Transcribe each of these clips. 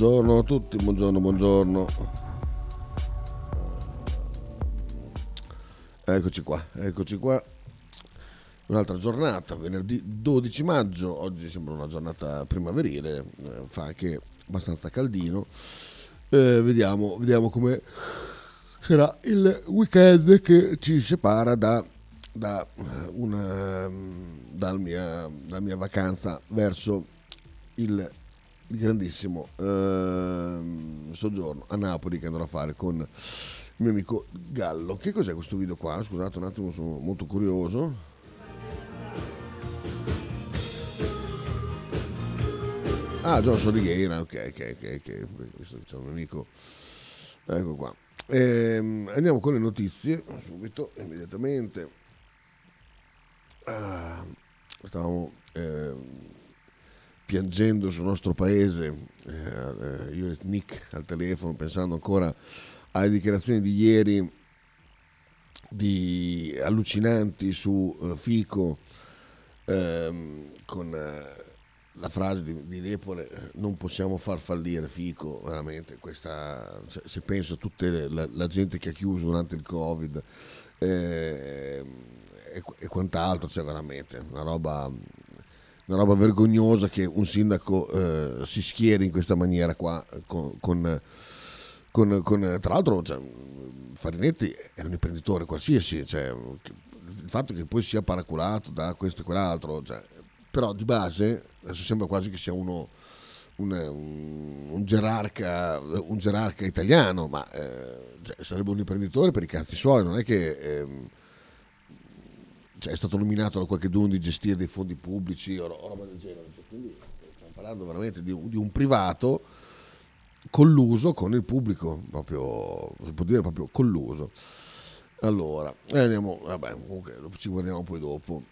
buongiorno a tutti, buongiorno. Eccoci qua. Un'altra giornata, venerdì 12 maggio, oggi sembra una giornata primaverile, fa anche abbastanza caldino. Vediamo come sarà il weekend che ci separa dalla mia vacanza verso il grandissimo soggiorno a Napoli che andrò a fare con il mio amico Gallo. Che cos'è questo video qua? Scusate un attimo, sono molto curioso. Ah, Johnson di Gheira, ok. Questo c'è un amico. Ecco qua. Andiamo con le notizie subito, immediatamente. Stavamo piangendo sul nostro paese, io e Nick al telefono, pensando ancora alle dichiarazioni di ieri allucinanti su Fico, con la frase di Repole: non possiamo far fallire Fico. Veramente questa, se penso a tutta la gente che ha chiuso durante il Covid e quant'altro, c'è veramente una roba vergognosa che un sindaco si schieri in questa maniera qua con tra l'altro, cioè, Farinetti è un imprenditore qualsiasi, cioè, il fatto che poi sia paraculato da questo e quell'altro, cioè, però di base adesso sembra quasi che sia un gerarca italiano, ma cioè, sarebbe un imprenditore per i cazzi suoi, non è che cioè, è stato nominato da qualche di gestire dei fondi pubblici o roba del genere, cioè, quindi stiamo parlando veramente di un privato colluso con il pubblico, proprio, si può dire proprio colluso. Allora, andiamo, vabbè, comunque ci guardiamo poi dopo.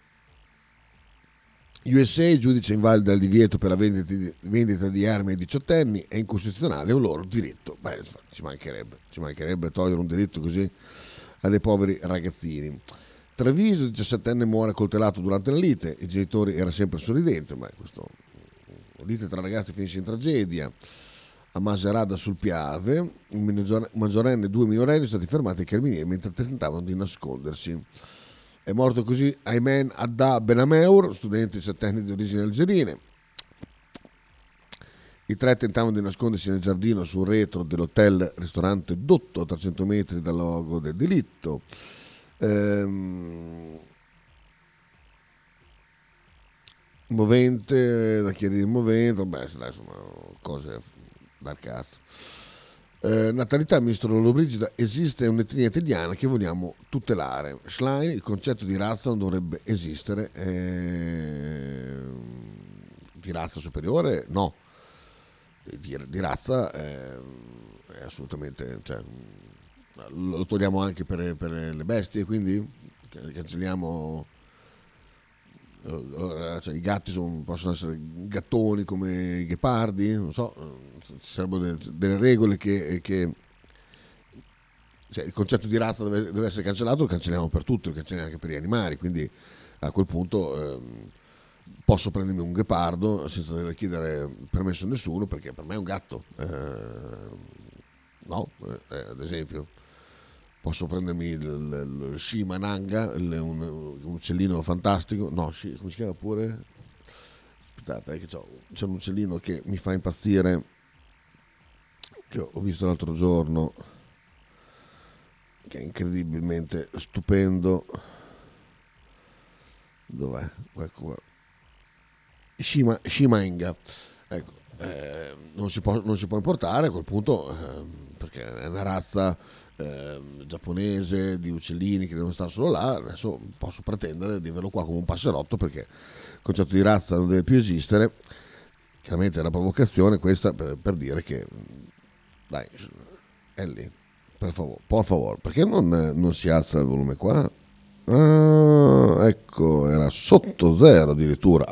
USA, giudice invalida il divieto per la vendita di armi ai diciottenni, è incostituzionale, è un loro diritto. Beh, ci mancherebbe togliere un diritto così a dei poveri ragazzini. Treviso, 17enne muore coltellato durante la lite, i genitori era sempre sorridente, ma questo lite tra ragazzi finisce in tragedia. A Macerata sul Piave, un maggiorenne e due minorenni sono stati fermati ai carabinieri mentre tentavano di nascondersi. È morto così Aymen Adda Benameur, studente settenni di origini algerine. I tre tentavano di nascondersi nel giardino sul retro dell'hotel ristorante Dotto, a 300 metri dal luogo del delitto. Movente, da chiarire il movente, beh, sono cose dal cazzo. Natalità, ministro Lollobrigida, esiste un'etnia italiana che vogliamo tutelare. Schlein, il concetto di razza non dovrebbe esistere. Di razza superiore no, di razza è assolutamente, cioè, lo togliamo anche per le bestie, quindi cancelliamo. Cioè, i gatti possono essere gattoni come i ghepardi, non so, ci sarebbero delle regole che cioè, il concetto di razza deve essere cancellato, lo cancelliamo per tutto, lo cancelliamo anche per gli animali, quindi a quel punto posso prendermi un ghepardo senza dover chiedere permesso a nessuno, perché per me è un gatto, no? Ad esempio posso prendermi il Shimananga, un uccellino fantastico. No, come si chiama pure? Aspettate, che c'è un uccellino che mi fa impazzire, che ho visto l'altro giorno, che è incredibilmente stupendo. Dov'è? Ecco qua. Shimanga. Ecco, non si può importare a quel punto, perché è una razza giapponese di uccellini che devono stare solo là. Adesso posso pretendere di averlo qua come un passerotto, perché il concetto di razza non deve più esistere. Chiaramente è una provocazione questa per dire che dai, Ellie, per favore, perché non si alza il volume qua? Ah, ecco, era sotto zero addirittura.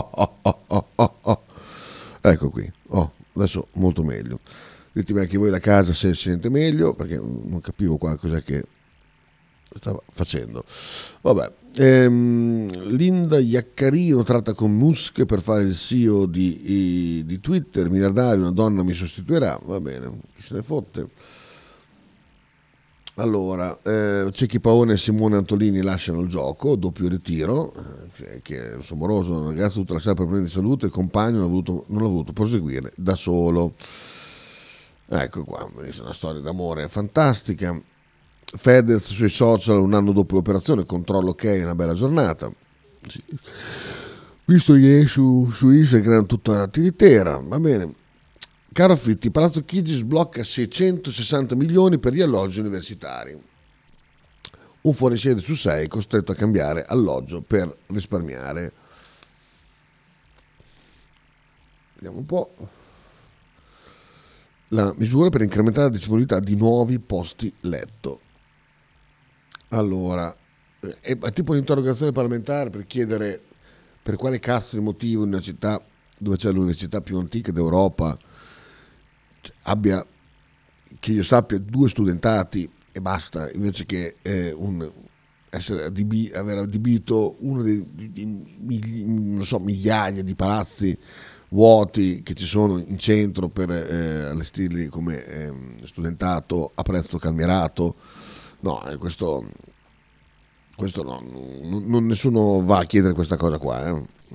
Ecco qui, adesso molto meglio. Ditemi anche voi la casa se si sente meglio, perché non capivo qua cos'è che stava facendo. Vabbè, Linda Iaccarino tratta con Musk per fare il CEO di Twitter, miliardario, una donna mi sostituirà, va bene, chi se ne fotte. Allora, Cecchi Paone e Simone Antolini lasciano il gioco, doppio ritiro, che è somoroso, un ragazzo ha dovuto lasciare per problemi di salute, il compagno non ha voluto proseguire da solo. Ecco qua, una storia d'amore fantastica. Fedez sui social un anno dopo l'operazione, controllo ok, una bella giornata. Sì. Visto che su Instagram tutta una tiritera, va bene. Caro affitti, Palazzo Chigi sblocca 660 milioni per gli alloggi universitari. Un fuorisede su 6 costretto a cambiare alloggio per risparmiare. Vediamo un po'. La misura per incrementare la disponibilità di nuovi posti letto. Allora, è tipo un'interrogazione parlamentare per chiedere per quale cazzo di motivo in una città dove c'è l'università più antica d'Europa abbia, che io sappia, 2 studentati e basta, invece che aver adibito uno non so, migliaia di palazzi vuoti che ci sono in centro per allestirli come studentato a prezzo calmierato. No, questo no, nessuno va a chiedere questa cosa qua.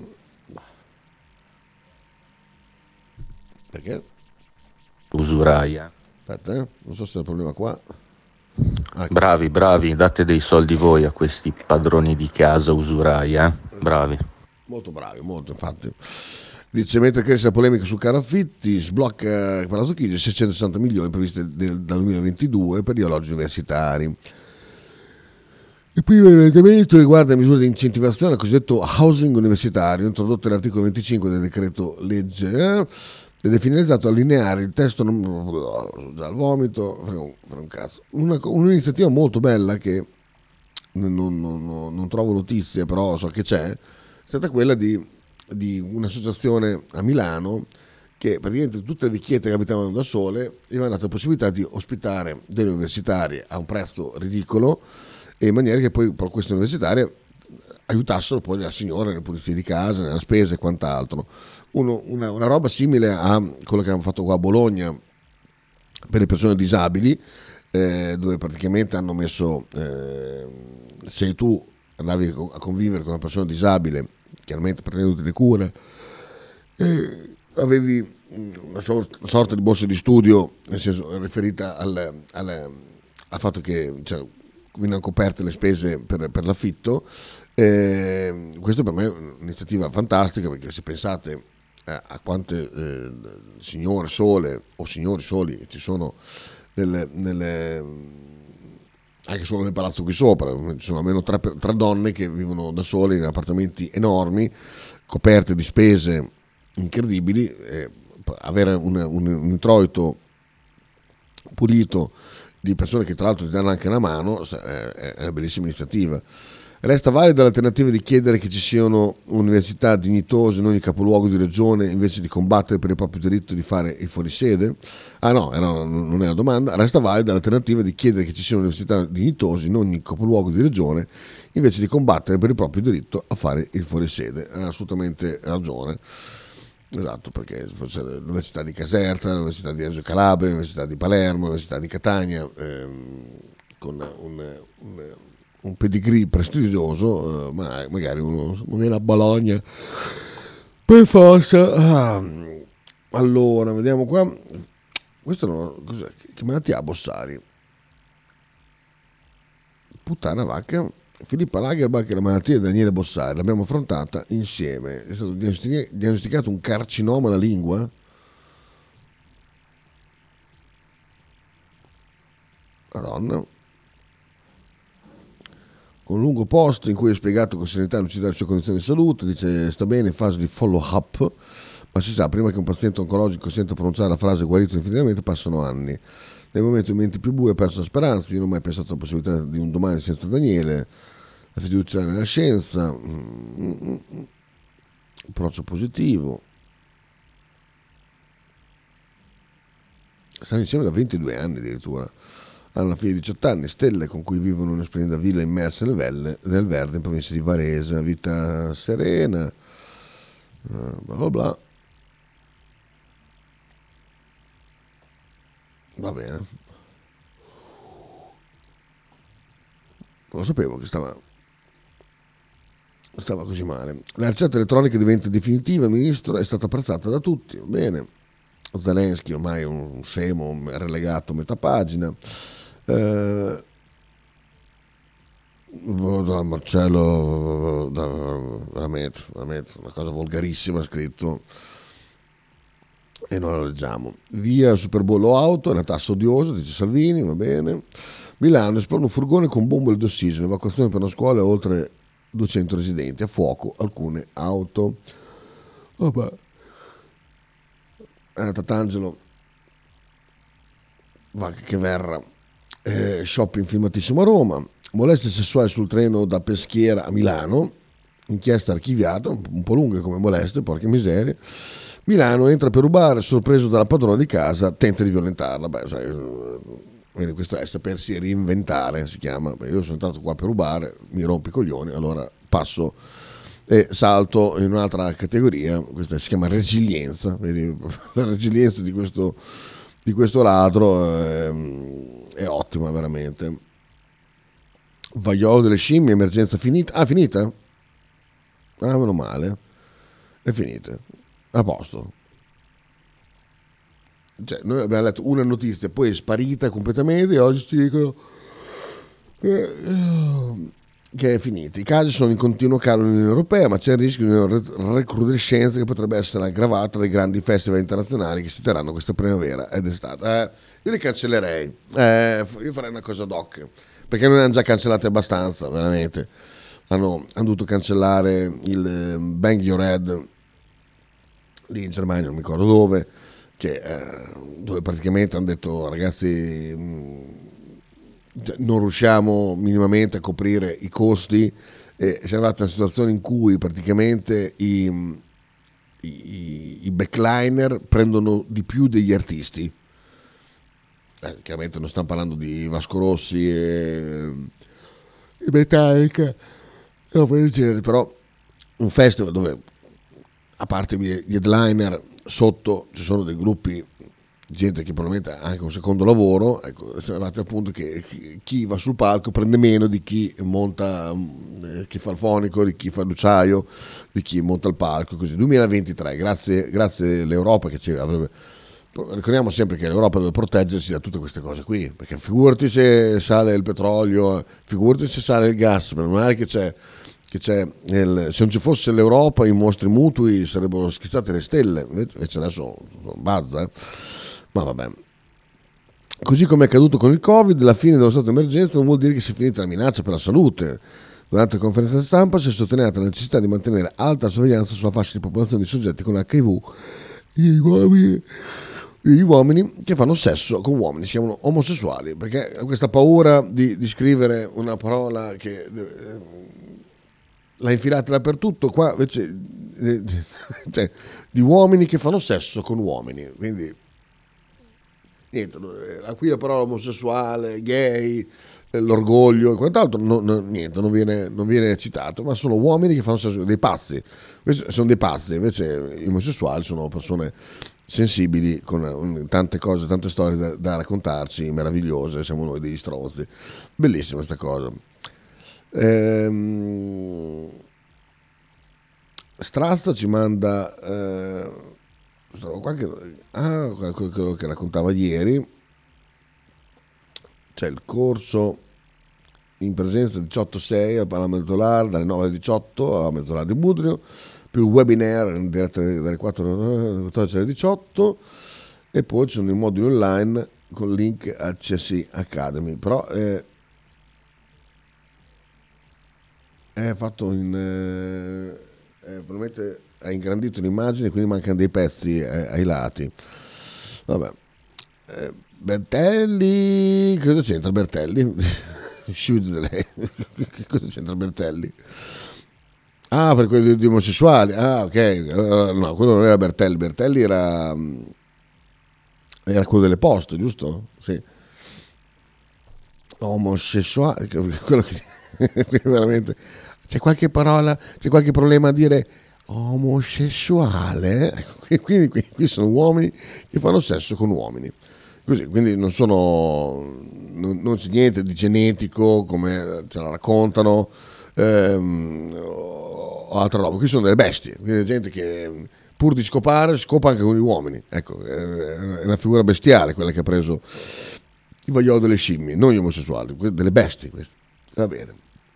Perché? Usuraia. Aspetta, non so se è il problema qua. Bravi, date dei soldi voi a questi padroni di casa usuraia. Bravi. Molto bravi, molto infatti. Dice, mentre cresce la polemica sul caro affitti, sblocca Palazzo Chigi 660 milioni previsti dal 2022 per gli alloggi universitari. Il primo emendamento riguarda misure di incentivazione al cosiddetto housing universitario, introdotto nell'articolo 25 del decreto legge, ed è finalizzato a allineare il testo, già al vomito, frega un cazzo. Un'iniziativa molto bella che non trovo notizie, però so che c'è, è stata quella di un'associazione a Milano che praticamente tutte le vecchiette che abitavano da sole gli avevano dato la possibilità di ospitare delle universitarie a un prezzo ridicolo, e in maniera che poi per queste universitarie aiutassero poi la signora nelle pulizie di casa, nella spesa e quant'altro. Una roba simile a quello che abbiamo fatto qua a Bologna per le persone disabili, dove praticamente hanno messo, se tu andavi a convivere con una persona disabile, chiaramente prendendo le cure, avevi una sorta di borsa di studio, nel senso riferita al fatto che venivano coperte le spese per l'affitto. Questo per me è un'iniziativa fantastica, perché se pensate a quante signore sole o signori soli ci sono anche solo nel palazzo qui sopra, ci sono almeno tre donne che vivono da sole in appartamenti enormi, coperte di spese incredibili, avere un introito pulito di persone che tra l'altro ti danno anche una mano è una bellissima iniziativa. Resta valida l'alternativa di chiedere che ci siano università dignitose in ogni capoluogo di regione invece di combattere per il proprio diritto di fare il fuorisede? Ah no, non è una domanda. Resta valida l'alternativa di chiedere che ci siano università dignitose in ogni capoluogo di regione invece di combattere per il proprio diritto a fare il fuorisede. Ha assolutamente ragione. Esatto, perché forse l'Università di Caserta, l'Università di Reggio Calabria, l'Università di Palermo, l'Università di Catania, con un pedigree prestigioso, ma magari uno viene a Bologna per forza. Allora, vediamo qua. Questo cos'è? Che malattia ha Bossari? Puttana vacca. Filippa Lagerbach e la malattia di Daniele Bossari l'abbiamo affrontata insieme. È stato diagnosticato un carcinoma alla lingua. Madonna. Con un lungo post in cui ha spiegato con serenità e lucidità le sue condizioni di salute. Dice sta bene in fase di follow up, ma si sa, prima che un paziente oncologico senta pronunciare la frase guarito definitivamente passano anni. Nel momento in mente più buio ho perso la speranza, io non ho mai pensato alla possibilità di un domani senza Daniele. La fiducia nella scienza, approccio positivo. Stanno insieme da 22 anni addirittura. Hanno una figlia di 18 anni, Stella, con cui vivono in una splendida villa immersa nel verde in provincia di Varese. Una vita serena, bla bla bla. Va bene. Non lo sapevo che stava così male. La ricetta elettronica diventa definitiva, ministro, è stata apprezzata da tutti. Bene. Zelensky ormai un scemo relegato a metà pagina. Da Marcello, veramente una cosa volgarissima scritto e non lo leggiamo. Via Super Bowl auto, è una tassa odiosa, dice Salvini, va bene. Milano, esplode un furgone con bombole d'ossigeno, evacuazione per una scuola, oltre 200 residenti, a fuoco alcune auto. Vabbè. Tatangelo va che verra. Shopping filmatissimo a Roma. Molestie sessuali sul treno da Peschiera a Milano, inchiesta archiviata, un po' lunga come molestie, porca miseria. Milano entra per rubare, sorpreso dalla padrona di casa, tenta di violentarla. Beh, sai, vedi, questo è sapersi reinventare, si chiama. Beh, io sono entrato qua per rubare, mi rompi i coglioni, allora passo e salto in un'altra categoria. Questa si chiama resilienza, vedi? La resilienza di questo ladro è ottima, veramente. Vaiolo delle scimmie, emergenza finita. Ah, finita? Ah, meno male. È finita. A posto. Cioè, noi abbiamo letto una notizia, poi è sparita completamente e oggi ci dicono che è finita. I casi sono in continuo calo nell'Unione Europea, ma c'è il rischio di una recrudescenza che potrebbe essere aggravata dai grandi festival internazionali che si terranno questa primavera ed estate. Io li cancellerei. Io farei una cosa ad hoc, perché non ne hanno già cancellate abbastanza, veramente. Hanno dovuto cancellare il Bang Your Head lì in Germania, non mi ricordo dove, dove praticamente hanno detto ragazzi non riusciamo minimamente a coprire i costi e siamo arrivati a una situazione in cui praticamente i backliner prendono di più degli artisti. Chiaramente non stiamo parlando di Vasco Rossi e Metallica, però un festival dove, a parte gli headliner, sotto ci sono dei gruppi, gente che probabilmente ha anche un secondo lavoro, ecco, siamo arrivati al punto che chi va sul palco prende meno di chi monta, chi fa il fonico, di chi fa il luciaio, di chi monta il palco, così. 2023, grazie all'Europa che ci avrebbe... Ricordiamo sempre che l'Europa deve proteggersi da tutte queste cose qui, perché figurati se sale il petrolio, figurati se sale il gas, per non è che c'è se non ci fosse l'Europa i mostri mutui sarebbero schizzate le stelle, invece adesso bazza, ma vabbè. Così come è accaduto con il Covid, la fine dello stato di emergenza non vuol dire che sia finita la minaccia per la salute. Durante la conferenza stampa si è sottolineata la necessità di mantenere alta sorveglianza sulla fascia di popolazione di soggetti con HIV, gli uomini che fanno sesso con uomini, si chiamano omosessuali, perché questa paura di scrivere una parola che l'ha infilata dappertutto, qua invece cioè, di uomini che fanno sesso con uomini, quindi niente, qui la parola omosessuale, gay, l'orgoglio e quant'altro niente, non viene citato, ma sono uomini che fanno sesso, dei pazzi, sono dei pazzi, invece gli omosessuali sono persone sensibili con tante cose, tante storie da raccontarci, meravigliose, siamo noi degli stronzi, bellissima questa cosa. Strasta ci manda quello che raccontava ieri, c'è il corso in presenza 18-6 alla Mezzolar dalle 9 alle 18 alla Mezzolar di Budrio, più il webinar in diretta dalle 4 alle 14 alle 18, e poi ci sono i moduli online con link a CSI Academy, però è fatto probabilmente ha ingrandito l'immagine, quindi mancano dei pezzi ai lati. Vabbè. Bertelli, cosa c'entra Bertelli? Che cosa c'entra Bertelli? Ah, per quelli di omosessuali. Ah, ok. No, quello non era Bertelli. Bertelli era quello delle poste, giusto? Sì. omosessuale, quello che veramente c'è qualche parola, c'è qualche problema a dire omosessuale, ecco, quindi qui sono uomini che fanno sesso con uomini. Così, quindi non c'è niente di genetico come ce la raccontano, o altra roba. Qui sono delle bestie, quindi gente che pur di scopare scopa anche con gli uomini. Ecco, è una figura bestiale quella che ha preso il vaiolo delle scimmie, non gli omosessuali, delle bestie queste. Va bene.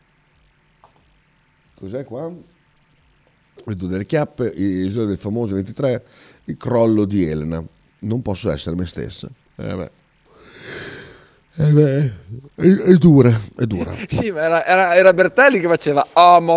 Cos'è qua? Vedo delle chiappe, il del famoso 23, il crollo di Elena. Non posso essere me stessa. È dura, è dura. Sì, ma era Bertelli che faceva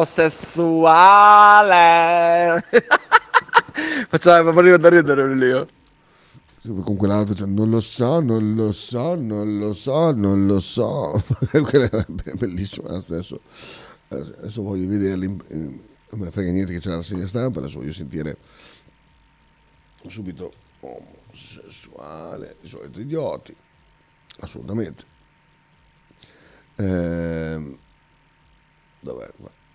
omosessuale. Faceva morire da ridere lì. Con quell'altro cioè, non lo so, non lo so, non lo so, non lo so. Quella era bellissima. Adesso voglio vederli. Non me ne frega niente che c'è la rassegna stampa. Adesso voglio sentire subito omosessuale, i soliti idioti. Assolutamente. Dov'è?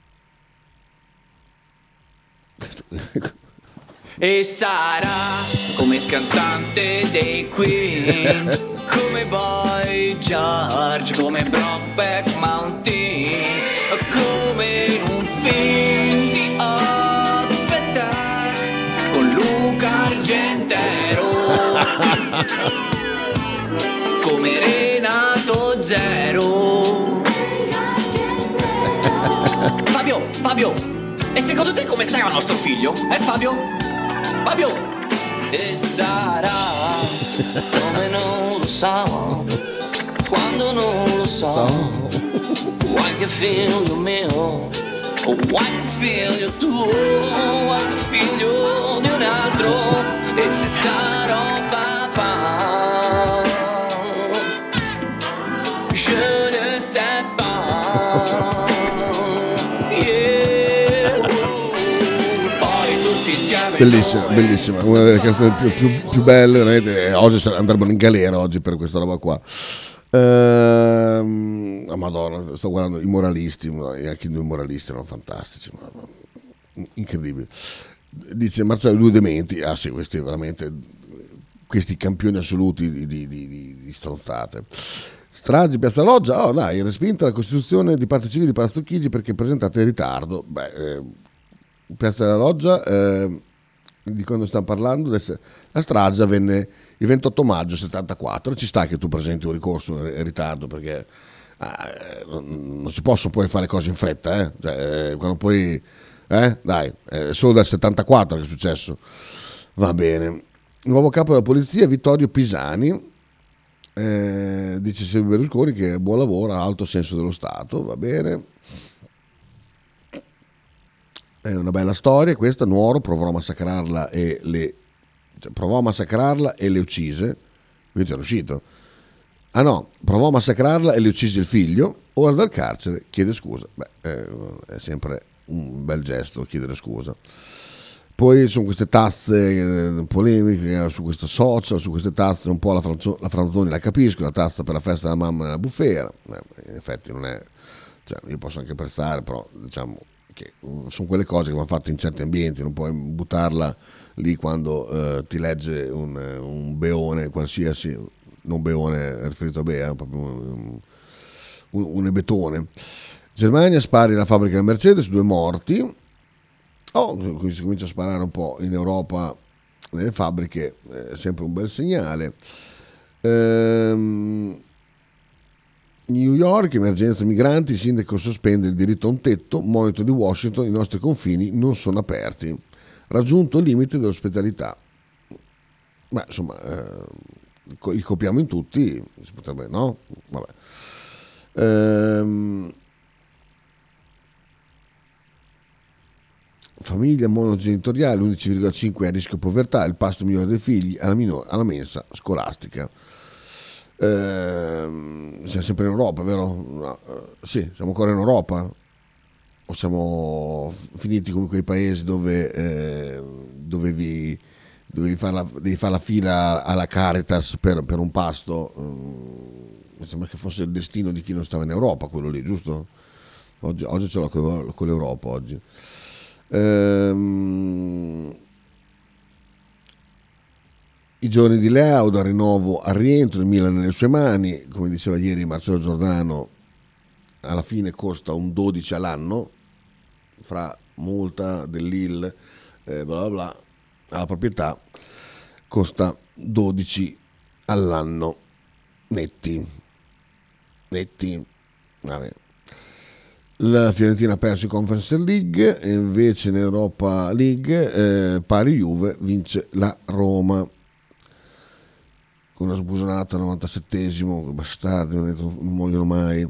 E sarà come il cantante dei Queen, come Boy George, come Brokeback Mountain, come in un film di Ospedale con Luca Argentero, come Renato Zero. Fabio, e secondo te come sarà nostro figlio? Fabio? E sarà come non lo so, quando non lo so, vuoi che figlio mio, o vuoi che figlio tuo, vuoi che figlio di un altro, e se sarò papà, je ne sais pas. Bellissima, bellissima, una delle canzoni più belle, veramente. Oggi andrebbero in galera oggi per questa roba qua. Madonna, sto guardando i moralisti, anche i due moralisti erano fantastici, incredibili. Dice Marcello, due dementi. Ah sì, questi veramente, questi campioni assoluti di stronzate. Stragi Piazza Loggia, dai, respinta la Costituzione di parte civile di Palazzo Chigi perché presentata in ritardo. Piazza della Loggia, di quando stiamo parlando, la strage avvenne il 28 maggio 74. Ci sta che tu presenti un ricorso in ritardo perché non si possono poi fare cose in fretta, cioè, quando poi dai, è solo dal 74 che è successo. Va bene. Nuovo capo della polizia Vittorio Pisani, dice Silvio Berlusconi che buon lavoro, ha alto senso dello Stato. Va bene. È una bella storia questa. Nuoro provò a massacrarla e le uccise. Invece è riuscito. Ah no, provò a massacrarla e le uccise il figlio. Ora dal carcere chiede scusa. È sempre un bel gesto chiedere scusa. Poi sono queste tazze polemiche su questo social, su queste tazze un po' la Franzoni la capisco, la tazza per la festa della mamma nella bufera. In effetti non è, cioè, io posso anche pensare, però diciamo che sono quelle cose che vanno fatte in certi ambienti, non puoi buttarla lì quando ti legge un beone qualsiasi, non beone riferito a bea, proprio un ebetone. Germania spari la fabbrica del Mercedes, 2 morti. Si comincia a sparare un po' in Europa nelle fabbriche, sempre un bel segnale. New York, emergenza migranti, il sindaco sospende il diritto a un tetto, monito di Washington, i nostri confini non sono aperti, raggiunto il limite dell'ospitalità. Ma insomma, li copiamo in tutti, si potrebbe, no? Vabbè. Famiglia monogenitoriale, 11,5 a rischio povertà, il pasto migliore dei figli alla mensa scolastica. Siamo sempre in Europa, vero? No, sì, siamo ancora in Europa o siamo finiti come quei paesi dove devi fare la fila alla Caritas per un pasto. Mi sembra che fosse il destino di chi non stava in Europa, quello lì, giusto? Oggi ce l'ho con l'Europa oggi. I giorni di Leao, dal rinnovo al rientro, il Milan nelle sue mani, come diceva ieri Marcello Giordano, alla fine costa un 12 all'anno, fra multa dell'IL, bla bla bla, alla proprietà costa 12 all'anno netti, vabbè. La Fiorentina ha perso in Conference League e invece in Europa League pari Juve vince la Roma con una sbusonata al 97esimo, bastardi, non muoiono mai.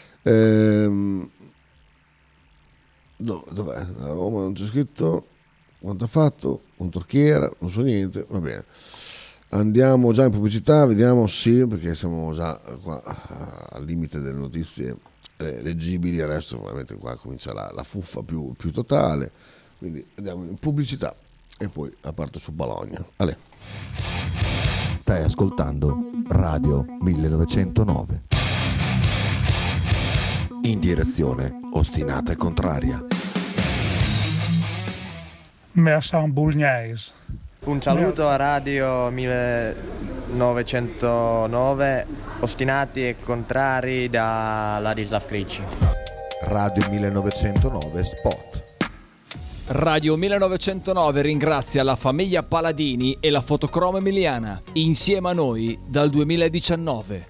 Dov'è? La Roma non c'è scritto quanto ha fatto, contro chi era, non so niente, va bene. Andiamo già in pubblicità, vediamo, sì, perché siamo già qua al limite delle notizie leggibili, adesso veramente qua comincia la fuffa più totale, quindi andiamo in pubblicità e poi la parte su Bologna. Ale. Stai ascoltando Radio 1909. In direzione ostinata e contraria. Mersan Bulgnais. Un saluto a Radio 1909, ostinati e contrari da Ladislav Krejci. Radio 1909 Spot. Radio 1909 ringrazia la famiglia Paladini e la Fotocromo Emiliana, insieme a noi dal 2019.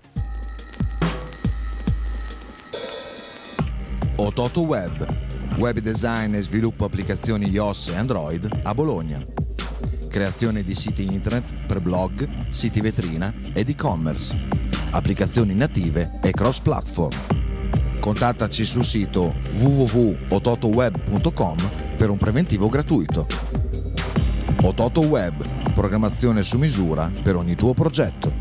Ototo Web, web design e sviluppo applicazioni iOS e Android a Bologna. Creazione di siti internet per blog, siti vetrina ed e-commerce, applicazioni native e cross-platform. Contattaci sul sito www.ototoweb.com per un preventivo gratuito. Ototo Web, programmazione su misura per ogni tuo progetto.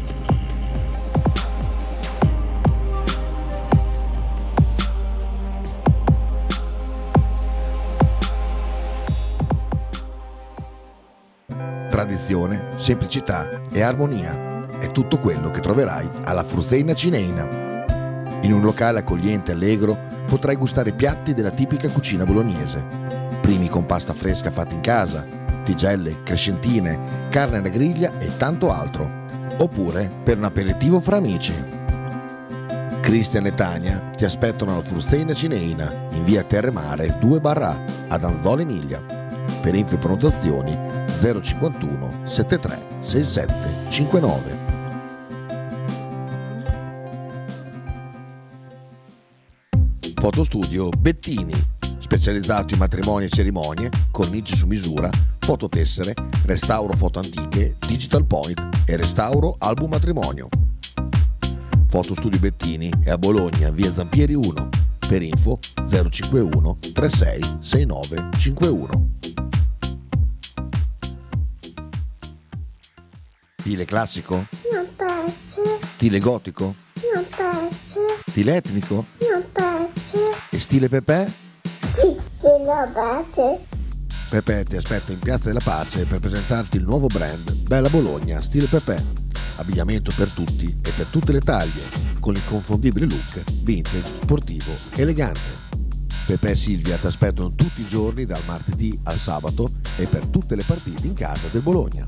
Tradizione, semplicità e armonia è tutto quello che troverai alla Fruzeina Cineina. In un locale accogliente e allegro potrai gustare piatti della tipica cucina bolognese. Primi con pasta fresca fatta in casa, tigelle, crescentine, carne alla griglia e tanto altro. Oppure per un aperitivo fra amici. Cristian e Tania ti aspettano alla Fruzeina Cineina in via Terremare 2/A ad Anzola Emilia. Per info e prenotazioni 051 73 67 59. Fotostudio Bettini, specializzato in matrimoni e cerimonie, cornici su misura, fototessere, restauro foto antiche, digital point e restauro album matrimonio. Fotostudio Bettini è a Bologna, via Zampieri 1. Per info 051 36 69 51. Stile classico? Non piace. Stile gotico? Non piace. Stile etnico? Non piace. E stile Pepe? Sì, lo piace. Pepe ti aspetta in Piazza della Pace per presentarti il nuovo brand Bella Bologna Stile Pepe. Abbigliamento per tutti e per tutte le taglie, con l'inconfondibile look vintage, sportivo, elegante. Pepe e Silvia ti aspettano tutti i giorni dal martedì al sabato e per tutte le partite in casa del Bologna.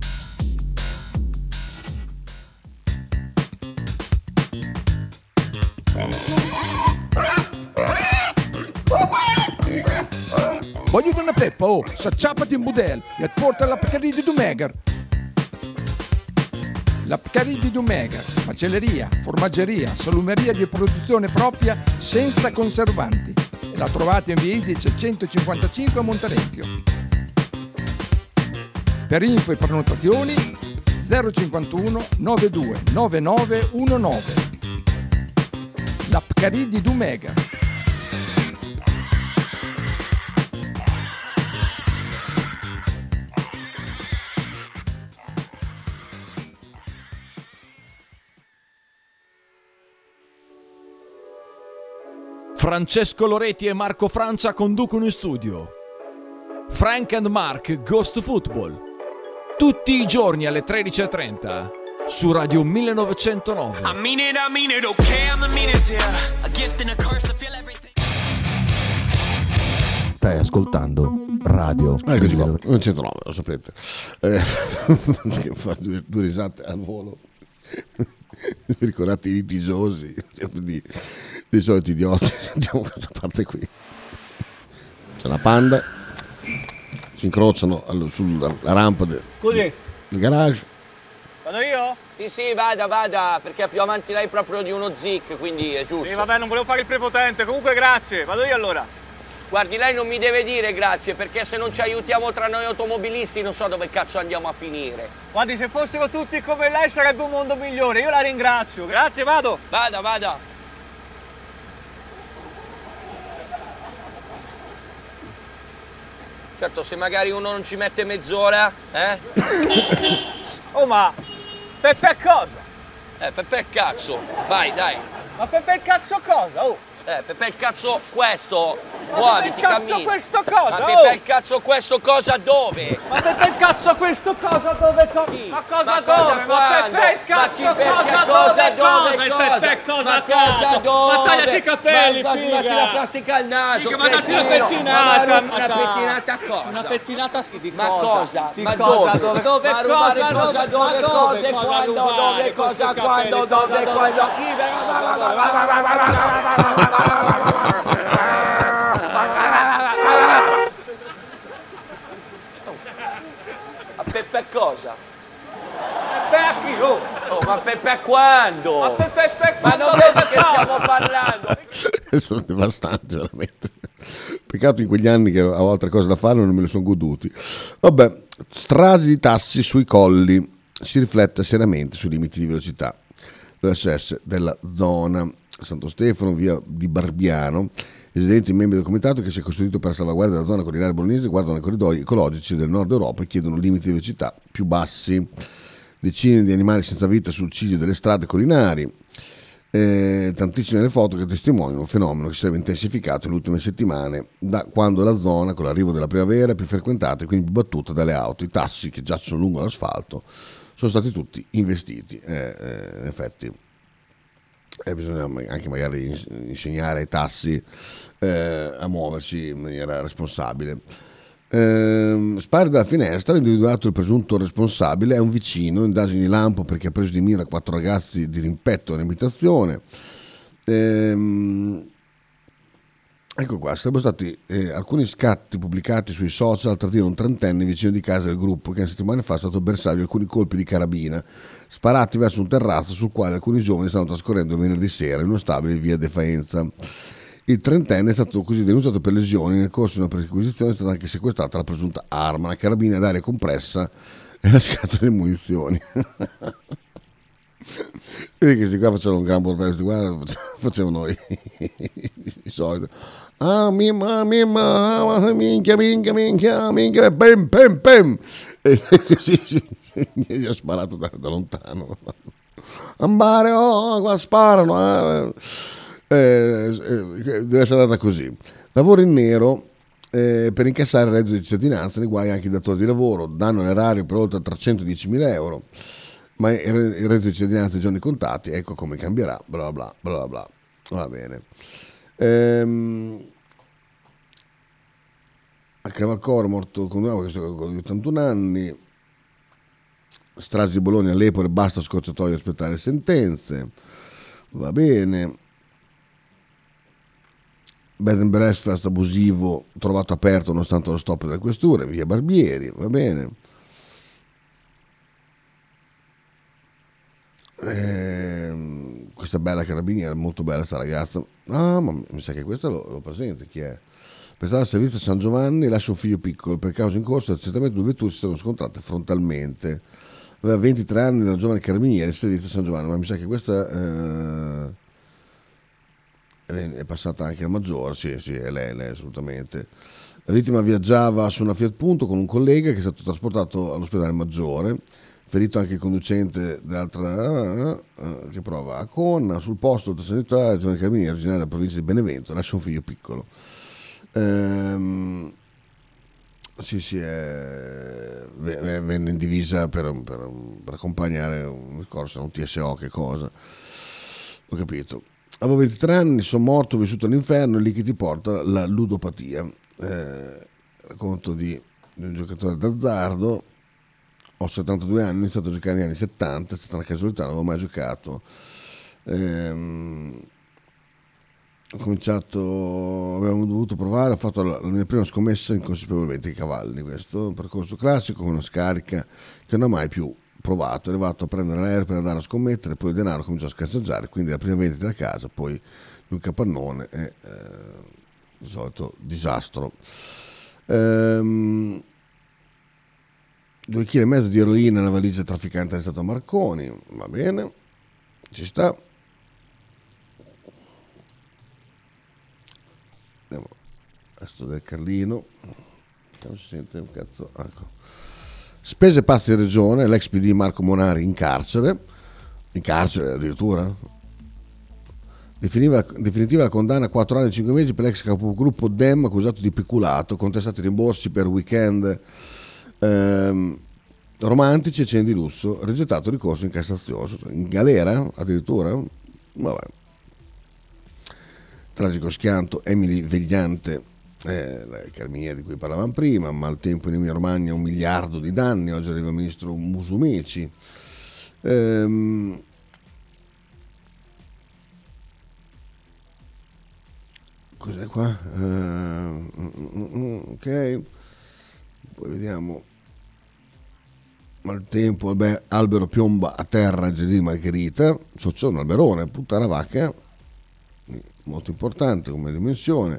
Voglio una peppa, oh, s'acciappati in budel e porta la Pcaridi di Dumegar. La Pcaridi di Dumegar, macelleria, formaggeria, salumeria di produzione propria senza conservanti. E la trovate in via Idice 155 a Monterezio. Per info e prenotazioni 051 92 9919. La Pcaridi di Dumegar. Francesco Loretti e Marco Francia conducono in studio Frank and Mark Ghost Football. tutti i giorni alle 13:30 su Radio 1909. Stai ascoltando Radio Così va, non c'entra, no, lo sapete. Fa due risate al volo. Vi ricordate i litigiosi dei soliti idioti? Sentiamo questa parte qui. C'è una panda, si incrociano sulla rampa del garage. Vado io? Sì, vada, perché più avanti lei proprio di uno zic, quindi è giusto. Sì, vabbè, non volevo fare il prepotente, comunque grazie, vado io allora. Guardi, lei non mi deve dire grazie, perché se non ci aiutiamo tra noi automobilisti non so dove cazzo andiamo a finire. Guardi, se fossero tutti come lei sarebbe un mondo migliore, io la ringrazio. Grazie, vado. Vada. Certo, se magari uno non ci mette mezz'ora, Oh, ma Peppe cosa? Peppe il cazzo, vai, dai. Ma Peppe il cazzo cosa? Oh. Peppe il cazzo questo, Ma muoviti, Peppe il cazzo cammini. questo cosa? Ma Peppe il cazzo questo cosa dove? Ma Peppe il cazzo questo cosa dove? Ma cosa dove? Ma Peppe il cazzo cosa dove? Ma cosa dove? Ma tagliati i capelli, ma figa! datti la plastica al naso, Figa, ma datti una cretino. pettinata! Una pettinata a cosa? Una pettinata sì, di Ma cosa? cosa? Di Ma cosa? dove? Dove Ma rubare cosa? cosa? Dove? Cose? Quando? Dove? Cosa? Quando? Dove? Quando? Chi? A Peppe cosa? Peppe a chi? Oh, ma Peppe a quando? Ma Peppe Ma non vedi che stiamo parlando? Sono devastanti veramente. Peccato in quegli anni che avevo altre cose da fare e non me le sono goduti. Vabbè, strasi di tassi sui colli, si riflette seriamente sui limiti di velocità dell'SS della zona Santo Stefano, via di Barbiano. I residenti membri del comitato, che si è costituito per la salvaguardia della zona collinare bolognese, guardano i corridoi ecologici del nord Europa e chiedono limiti di velocità più bassi. Decine di animali senza vita sul ciglio delle strade collinari. Tantissime le foto che testimoniano un fenomeno che si è intensificato nelle ultime settimane, da quando la zona, con l'arrivo della primavera, è più frequentata e quindi più battuta dalle auto. I tassi che giacciono lungo l'asfalto sono stati tutti investiti. In effetti bisogna anche magari insegnare ai tassi a muoversi in maniera responsabile. Spari dalla finestra, ha individuato il presunto responsabile, è un vicino, indagini lampo perché ha preso di mira 4 ragazzi di rimpetto all'abitazione. Ecco qua, sarebbero stati alcuni scatti pubblicati sui social, al trattino un trentenne vicino di casa del gruppo che una settimana fa è stato bersaglio di alcuni colpi di carabina sparati verso un terrazzo sul quale alcuni giovani stanno trascorrendo venerdì sera in uno stabile via De Faenza. Il trentenne è stato così denunciato per lesioni. Nel corso di una perquisizione è stata anche sequestrata la presunta arma, la carabina d'aria compressa e la scatola di munizioni. Vedi che questi qua facevano un gran bordello, questi qua facevano i soliti. Minchia, pem. E così gli ha sparato da lontano. Ambare, qua sparano, deve essere andata così. Lavoro in nero per incassare il reddito di cittadinanza, nei guai anche i datori di lavoro, danno l'erario per oltre 310.000 euro, ma il reddito di cittadinanza dei giorni contati, ecco come cambierà, bla bla bla bla. Va bene. A Crevalcoro morto con di 81 anni. Stragi di Bologna all'Epore, basta scorciatoio, aspettare sentenze. Va bene. Bed and breakfast abusivo trovato aperto nonostante lo stop delle questure, via Barbieri, va bene. Questa bella carabiniera, molto bella sta ragazza. Ma mi sa che questa l'ho presente, chi è? Prestava il servizio a San Giovanni, lascia un figlio piccolo, per causa in corso certamente 2 vetture si sono scontrate frontalmente. Aveva 23 anni, una giovane carabiniere, il servizio a San Giovanni, ma mi sa che questa è passata anche a Maggiore, sì, è lei assolutamente. La vittima viaggiava su una Fiat Punto con un collega che è stato trasportato all'ospedale Maggiore, ferito anche il conducente dell'altra che prova a Conna. Sul posto della sanità, il giovane carabiniere originario della provincia di Benevento, lascia un figlio piccolo. Sì, venne in divisa per accompagnare un corso, un TSO, che cosa. Ho capito. Avevo 23 anni, sono morto, ho vissuto all'inferno, è lì che ti porta la ludopatia. Racconto di un giocatore d'azzardo. Ho 72 anni, ho iniziato a giocare negli anni 70, è stata una casualità, non avevo mai giocato. Ho cominciato, abbiamo dovuto provare, ho fatto la mia prima scommessa inconsapevolmente ai cavalli, questo è un percorso classico con una scarica che non ho mai più provato, è arrivato a prendere l'aereo per andare a scommettere, poi il denaro cominciò a scarseggiare, quindi la prima vendita da casa, poi un capannone e di solito disastro. 2,5 kg di eroina nella valigia trafficante è stato a Marconi, va bene, ci sta. Andiamo a sto del Carlino, non si sente un cazzo, ecco. Spese pazze di regione, l'ex PD Marco Monari in carcere addirittura. Definitiva la condanna a 4 anni e 5 mesi per l'ex capogruppo Dem accusato di peculato, contestati rimborsi per weekend romantici e cene di lusso, rigettato il ricorso in Cassazione, in galera addirittura. Vabbè. Tragico schianto Emily Vegliante, la carabinieri di cui parlavamo prima, maltempo in Emilia Romagna, 1 miliardo di danni, oggi arriva il ministro Musumeci. Cos'è qua? Ok, poi vediamo. Maltempo, vabbè, albero piomba a terra, Gedi Margherita, c'è un alberone, puttana vacca, molto importante come dimensione.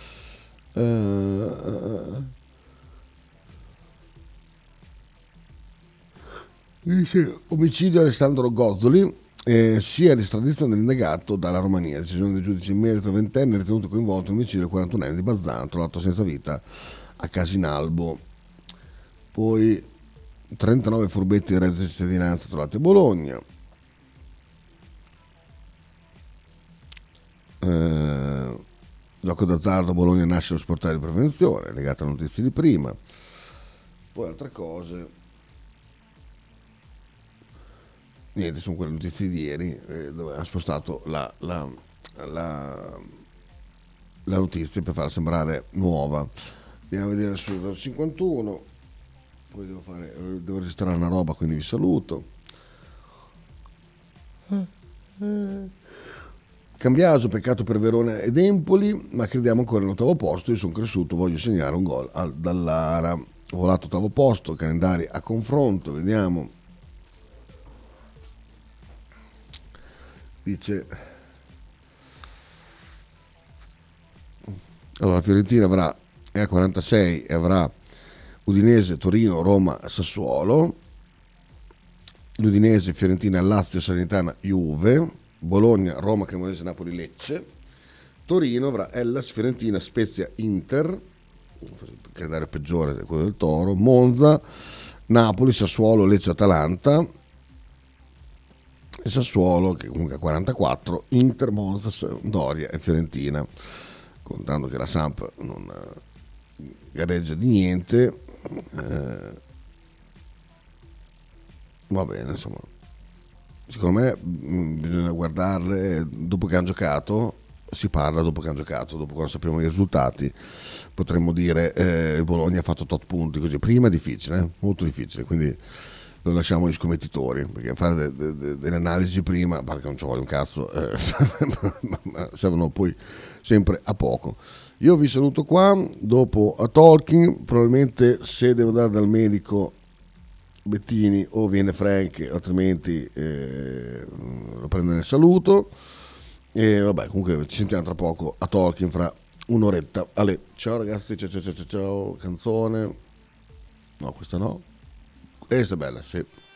Dice omicidio Alessandro Gozzoli, sia l'estradizione dell'indagato dalla Romania, decisione del giudice in merito ventenne ritenuto coinvolto in omicidio del 41enne di Bazzano, trovato senza vita a Casinalbo. Poi 39 furbetti di reddito di cittadinanza trovati a Bologna. Gioco d'azzardo a Bologna, nasce lo sportello di prevenzione, legato a notizie di prima. Poi altre cose, niente, sono quelle notizie di ieri, dove ha spostato la notizia per farla sembrare nuova. Andiamo a vedere sul 051, poi devo registrare una roba, quindi vi saluto. Cambiaso, peccato per Verona ed Empoli, ma crediamo ancora all'8° posto. Io sono cresciuto, voglio segnare un gol al Dallara. Volato 8° posto, calendari a confronto, vediamo. Dice, allora Fiorentina è a 46 e avrà Udinese, Torino, Roma, Sassuolo. L'Udinese, Fiorentina, Lazio, Salernitana, Juve. Bologna, Roma, Cremonese, Napoli, Lecce. Torino avrà Hellas, Fiorentina, Spezia, Inter, il calendario peggiore è quello del Toro. Monza, Napoli, Sassuolo, Lecce, Atalanta. E Sassuolo che comunque ha 44, Inter, Monza, Sampdoria e Fiorentina, contando che la Samp non gareggia di niente. Va bene, insomma, secondo me bisogna guardarle dopo che hanno giocato. Si parla dopo che hanno giocato, dopo quando sappiamo i risultati potremmo dire il Bologna ha fatto tot punti, così prima è difficile, molto difficile, quindi lo lasciamo agli scommettitori, perché fare delle analisi prima, perché non ci vuole un cazzo, ma servono poi sempre a poco. Io vi saluto qua, dopo a Talking, probabilmente se devo andare dal medico Bettini o viene Frank, altrimenti lo prendo nel saluto. E vabbè, comunque ci sentiamo tra poco a Talking, fra un'oretta. Ale, ciao ragazzi, ciao, canzone. No, questa no. Questa è bella, sì.